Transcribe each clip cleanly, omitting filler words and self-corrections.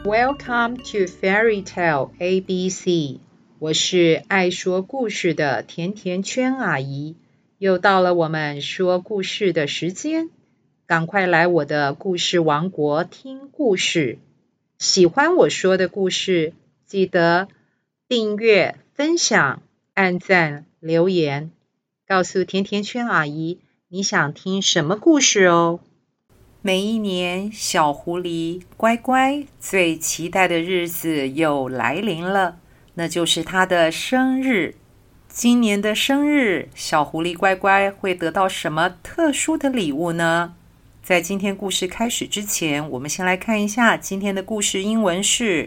Welcome to Fairy Tale ABC， 我是爱说故事的甜甜圈阿姨，又到了我们说故事的时间，赶快来我的故事王国听故事。喜欢我说的故事，记得订阅、分享、按赞、留言，告诉甜甜圈阿姨你想听什么故事哦。每一年，小狐狸乖乖最期待的日子又来临了，那就是它的生日。今年的生日，小狐狸乖乖会得到什么特殊的礼物呢？在今天故事开始之前，我们先来看一下今天的故事英文是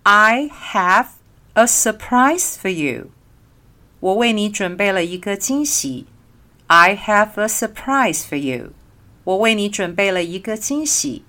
I have a surprise for you。 我为你准备了一个惊喜。 I have a surprise for you，我为你准备了一个惊喜。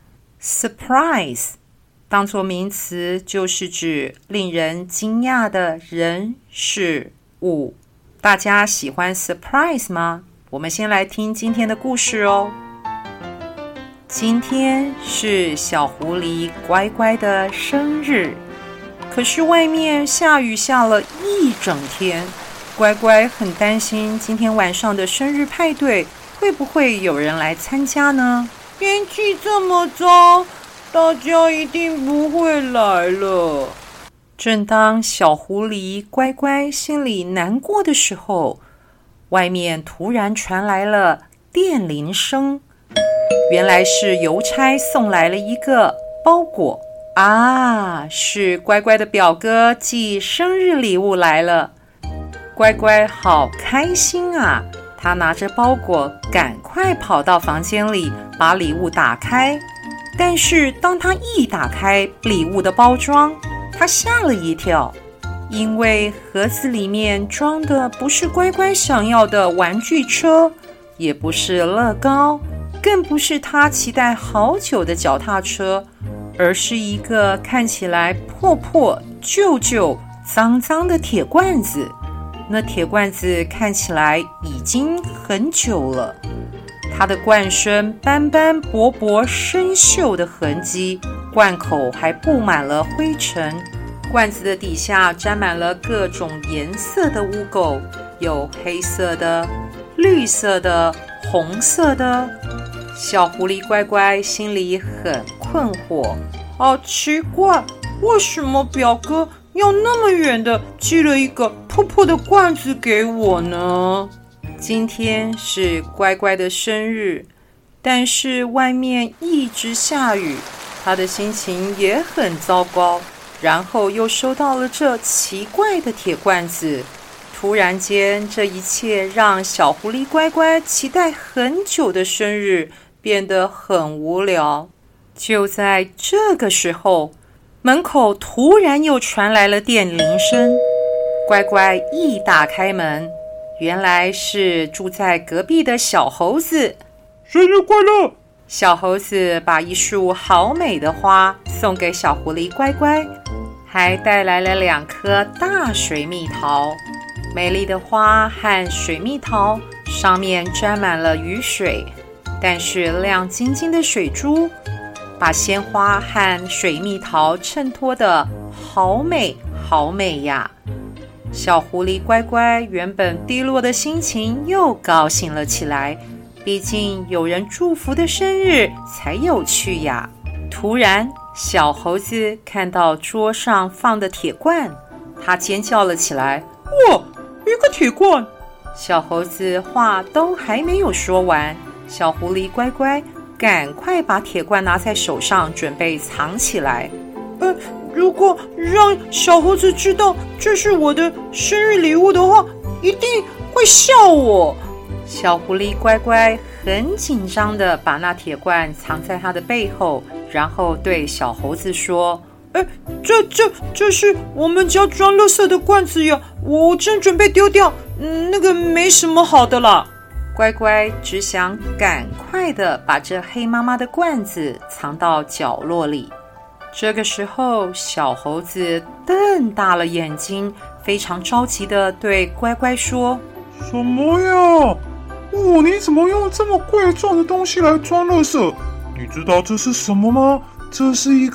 Surprise 当作名词，就是指令人惊讶的人事物。大家喜欢 surprise 吗？我们先来听今天的故事哦。今天是小狐狸乖乖的生日，可是外面下雨下了一整天，乖乖很担心今天晚上的生日派对会不会有人来参加呢？ 天气这么糟，大家一定不会来了。 正当小狐狸乖乖心里难过的时候，外面突然传来了电铃声。原来是邮差送来了一个包裹啊，是乖乖的表哥寄生日礼物来了。乖乖好开心啊，他拿着包裹赶快跑到房间里把礼物打开。但是当他一打开礼物的包装，他吓了一跳，因为盒子里面装的不是乖乖想要的玩具车，也不是乐高，更不是他期待好久的脚踏车，而是一个看起来破破旧旧脏脏的铁罐子。那铁罐子看起来已经很久了，它的罐身斑斑驳驳生锈的痕迹，罐口还布满了灰尘，罐子的底下沾满了各种颜色的污垢，有黑色的、绿色的、红色的。小狐狸乖乖心里很困惑， 好奇怪，为什么表哥要那么远的寄了一个破破的罐子给我呢？ 今天是乖乖的生日，但是外面一直下雨，他的心情也很糟糕。然后又收到了这奇怪的铁罐子，突然间这一切让小狐狸乖乖期待很久的生日变得很无聊。就在这个时候，门口突然又传来了电铃声。乖乖一打开门，原来是住在隔壁的小猴子。 生日快乐！ 小猴子把一束好美的花送给小狐狸乖乖，还带来了2颗大水蜜桃。美丽的花和水蜜桃上面沾满了雨水，但是亮晶晶的水珠把鲜花和水蜜桃衬托得好美好美呀。小狐狸乖乖原本低落的心情又高兴了起来，毕竟有人祝福的生日才有趣呀。突然小猴子看到桌上放的铁罐，他尖叫了起来， 哇，一个铁罐！ 小猴子话都还没有说完，小狐狸乖乖赶快把铁罐拿在手上准备藏起来。 如果让小猴子知道这是我的生日礼物的话，一定会笑我。 小狐狸乖乖很紧张地把那铁罐藏在他的背后，然后对小猴子说， 这是我们家装垃圾的罐子呀，我正准备丢掉，那个没什么好的啦。 乖乖只想赶快地把这黑麻麻的罐子藏到角落里。这个时候，小猴子瞪大了眼睛，非常着急地对乖乖说， 什么呀？你怎么用这么贵重的东西来装垃圾？你知道这是什么吗？这是一个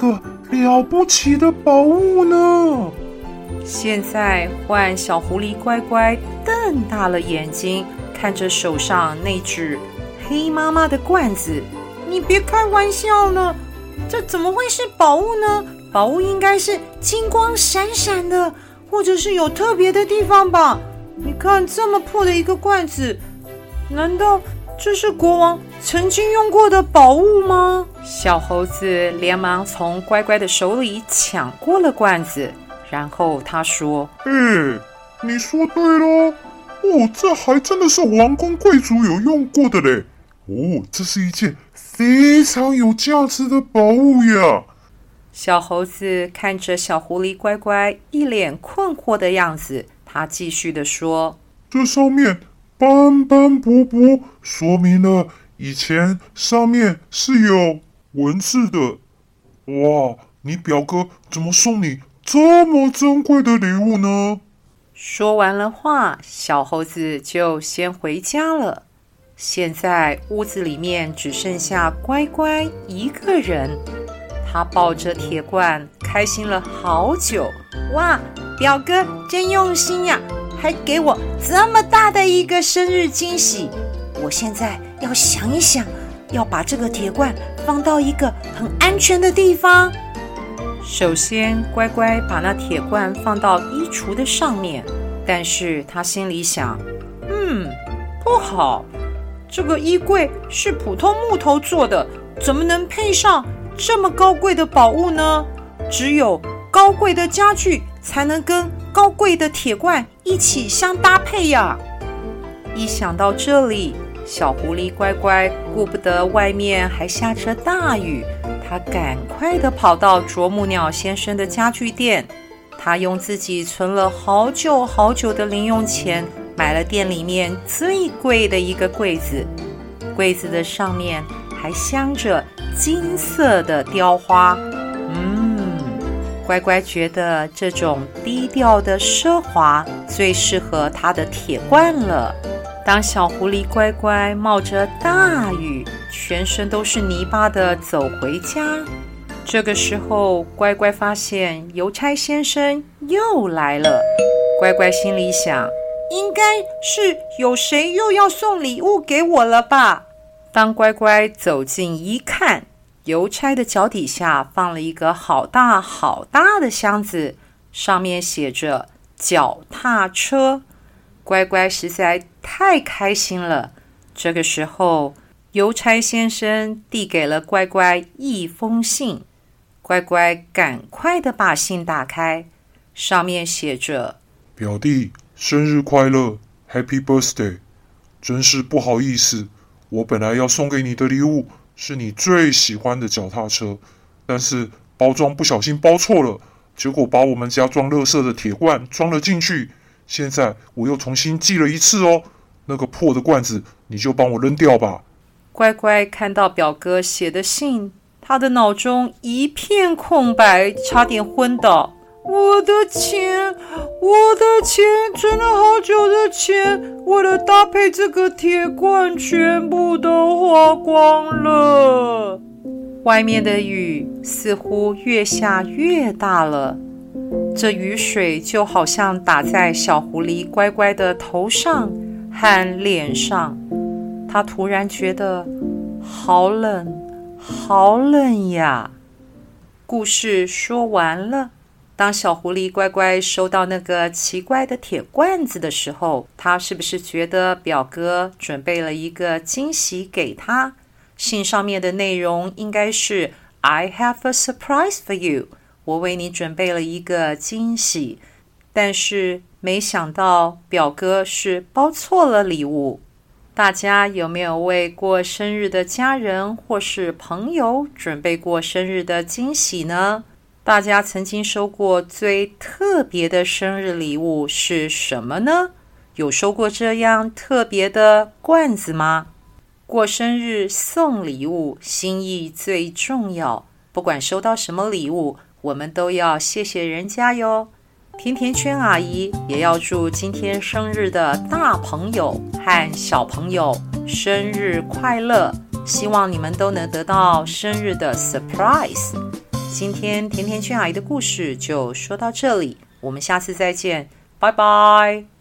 了不起的宝物呢！ 现在换小狐狸乖乖瞪大了眼睛，看着手上那只黑妈妈的罐子。 你别开玩笑了，这怎么会是宝物呢？宝物应该是金光闪闪的，或者是有特别的地方吧？你看这么破的一个罐子，难道这是国王曾经用过的宝物吗？ 小猴子连忙从乖乖的手里抢过了罐子，然后他说： 你说对咯，这还真的是王公贵族有用过的嘞。这是一件非常有价值的宝物呀。 小猴子看着小狐狸乖乖一脸困惑的样子，他继续地说： 这上面斑斑驳驳，说明了以前上面是有文字的。哇，你表哥怎么送你这么珍贵的礼物呢？ 说完了话，小猴子就先回家了。现在屋子里面只剩下乖乖一个人，他抱着铁罐开心了好久。 哇，表哥真用心呀，还给我这么大的一个生日惊喜。我现在要想一想，要把这个铁罐放到一个很安全的地方。 首先，乖乖把那铁罐放到衣橱的上面，但是他心里想， 不好，这个衣柜是普通木头做的，怎么能配上这么高贵的宝物呢？只有高贵的家具才能跟高贵的铁罐一起相搭配呀。 一想到这里，小狐狸乖乖顾不得外面还下着大雨，他赶快地跑到啄木鸟先生的家具店。他用自己存了好久好久的零用钱，买了店里面最贵的一个柜子。柜子的上面还镶着金色的雕花。乖乖觉得这种低调的奢华最适合他的铁罐了。当小狐狸乖乖冒着大雨，全身都是泥巴的走回家，这个时候乖乖发现邮差先生又来了。乖乖心里想， 应该是有谁又要送礼物给我了吧。 当乖乖走近一看，邮差的脚底下放了一个好大好大的箱子，上面写着脚踏车。乖乖实在太开心了。这个时候，邮差先生递给了乖乖一封信。乖乖赶快地把信打开，上面写着： 表弟，生日快乐 ，Happy Birthday！ 真是不好意思，我本来要送给你的礼物是你最喜欢的脚踏车，但是包装不小心包错了，结果把我们家装垃圾的铁罐装了进去。现在我又重新寄了一次哦，那个破的罐子你就帮我扔掉吧。 乖乖看到表哥写的信，他的脑中一片空白，差点昏倒。 我的钱，存了好久的钱，为了搭配这个铁罐，全部都花光了。 外面的雨似乎越下越大了，这雨水就好像打在小狐狸乖乖的头上和脸上。他突然觉得好冷，好冷呀。故事说完了。当小狐狸乖乖收到那个奇怪的铁罐子的时候，他是不是觉得表哥准备了一个惊喜给他？信上面的内容应该是 I have a surprise for you， 我为你准备了一个惊喜。但是没想到表哥是包错了礼物。大家有没有为过生日的家人或是朋友准备过生日的惊喜呢？大家曾经收过最特别的生日礼物是什么呢？有收过这样特别的罐子吗？过生日送礼物，心意最重要。不管收到什么礼物，我们都要谢谢人家哟。甜甜圈阿姨也要祝今天生日的大朋友和小朋友生日快乐，希望你们都能得到生日的 surprise。 今天甜甜圈阿姨的故事就说到这里，我们下次再见，拜拜。